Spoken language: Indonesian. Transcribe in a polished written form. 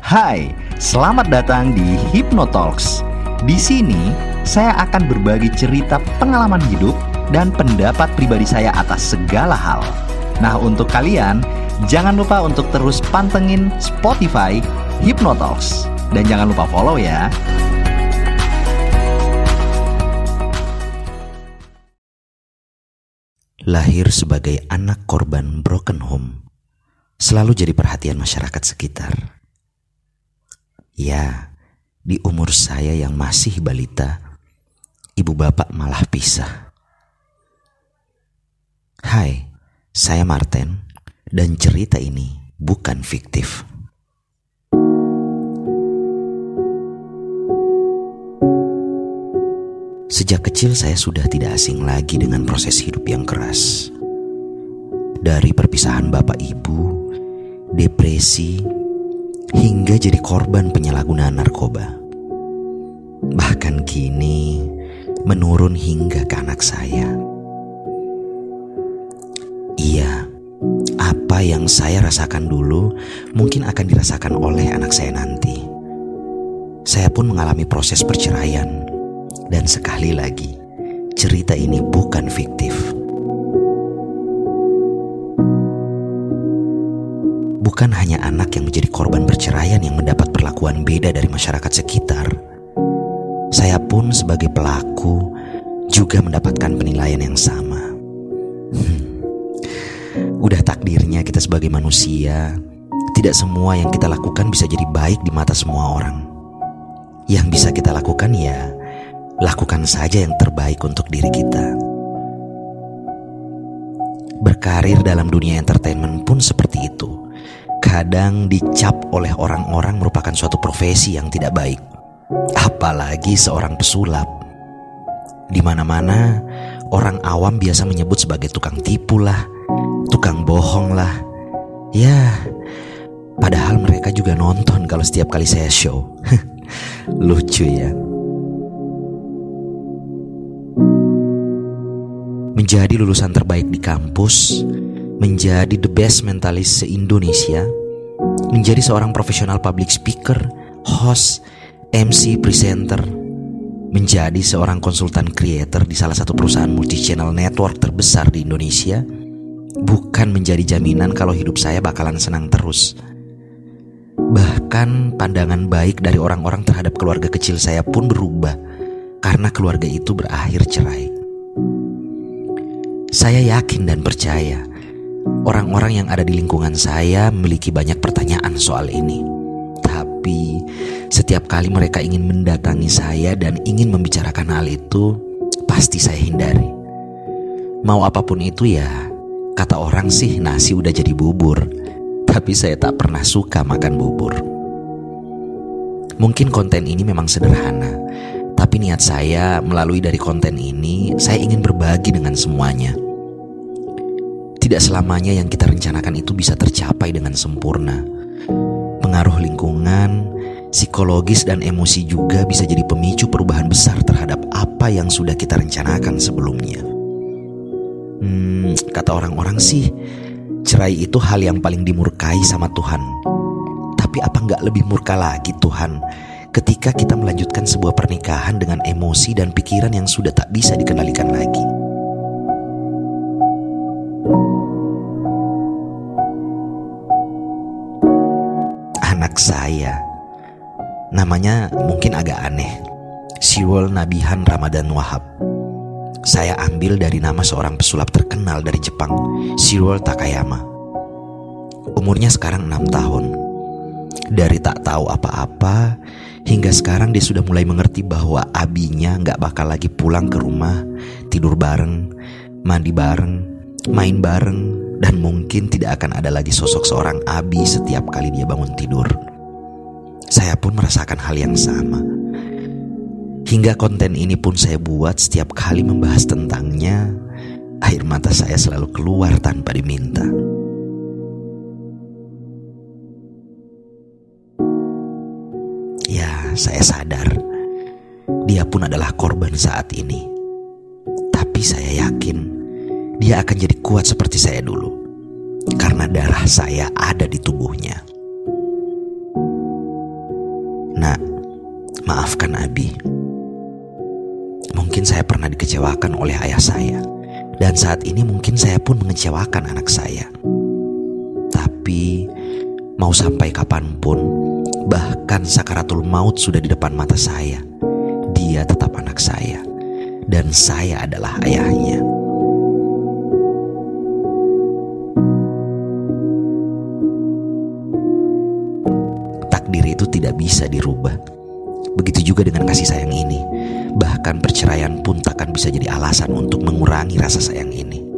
Hai, selamat datang di Hypnotalks. Di sini saya akan berbagi cerita pengalaman hidup dan pendapat pribadi saya atas segala hal. Nah, untuk kalian jangan lupa untuk terus pantengin Spotify Hypnotalks dan jangan lupa follow ya. Lahir sebagai anak korban broken home selalu jadi perhatian masyarakat sekitar. Ya, di umur saya yang masih balita, ibu bapak malah pisah. Hai, saya Martin dan cerita ini bukan fiktif. Sejak kecil saya sudah tidak asing lagi dengan proses hidup yang keras. Dari perpisahan bapak ibu, depresi, hingga jadi korban penyalahgunaan narkoba. Bahkan kini menurun hingga ke anak saya. Iya, apa yang saya rasakan dulu mungkin akan dirasakan oleh anak saya nanti. Saya pun mengalami proses perceraian. Dan sekali lagi, cerita ini bukan fiktif. Bukan hanya anak yang menjadi korban perceraian yang mendapat perlakuan beda dari masyarakat sekitar. Saya pun sebagai pelaku juga mendapatkan penilaian yang sama. Udah takdirnya kita sebagai manusia, tidak semua yang kita lakukan bisa jadi baik di mata semua orang. Yang bisa kita lakukan ya, lakukan saja yang terbaik untuk diri kita. Berkarir dalam dunia entertainment pun seperti itu. Kadang dicap oleh orang-orang merupakan suatu profesi yang tidak baik. Apalagi seorang pesulap. Di mana-mana orang awam biasa menyebut sebagai tukang tipu lah, tukang bohong lah. Ya, padahal mereka juga nonton kalau setiap kali saya show. Lucu ya. Menjadi lulusan terbaik di kampus, menjadi the best mentalist se-Indonesia, menjadi seorang profesional public speaker, host, MC, presenter, menjadi seorang konsultan creator di salah satu perusahaan multi-channel network terbesar di Indonesia, bukan menjadi jaminan kalau hidup saya bakalan senang terus. Bahkan pandangan baik dari orang-orang terhadap keluarga kecil saya pun berubah karena keluarga itu berakhir cerai. Saya yakin dan percaya orang-orang yang ada di lingkungan saya memiliki banyak pertanyaan soal ini. Tapi setiap kali mereka ingin mendatangi saya dan ingin membicarakan hal itu, pasti saya hindari. Mau apapun itu ya, kata orang sih nasi udah jadi bubur. Tapi saya tak pernah suka makan bubur. Mungkin konten ini memang sederhana, tapi niat saya melalui dari konten ini, saya ingin berbagi dengan semuanya. Tidak selamanya yang kita rencanakan itu bisa tercapai dengan sempurna. Pengaruh lingkungan, psikologis dan emosi juga bisa jadi pemicu perubahan besar terhadap apa yang sudah kita rencanakan sebelumnya. Kata orang-orang sih, cerai itu hal yang paling dimurkai sama Tuhan. Tapi apa nggak lebih murka lagi Tuhan ketika kita melanjutkan sebuah pernikahan dengan emosi dan pikiran yang sudah tak bisa dikendalikan lagi? Anak saya, namanya mungkin agak aneh, Sirul Nabihan Ramadan Wahab. Saya ambil dari nama seorang pesulap terkenal dari Jepang, Shirul Takayama. Umurnya sekarang 6 tahun. Dari tak tahu apa-apa, hingga sekarang dia sudah mulai mengerti bahwa abinya gak bakal lagi pulang ke rumah, tidur bareng, mandi bareng, main bareng, dan mungkin tidak akan ada lagi sosok seorang abi setiap kali dia bangun tidur. Saya pun merasakan hal yang sama. Hingga konten ini pun saya buat setiap kali membahas tentangnya, air mata saya selalu keluar tanpa diminta. Ya, saya sadar dia pun adalah korban saat ini. Tapi saya yakin dia akan jadi kuat seperti saya dulu, karena darah saya ada di tubuhnya. Nak, maafkan Abi. Mungkin saya pernah dikecewakan oleh ayah saya, dan saat ini mungkin saya pun mengecewakan anak saya. Tapi mau sampai kapanpun, bahkan sakaratul maut sudah di depan mata saya, dia tetap anak saya, dan saya adalah ayahnya. Takdir itu tidak bisa dirubah. Begitu juga dengan kasih sayang ini. Bahkan perceraian pun takkan bisa jadi alasan untuk mengurangi rasa sayang ini.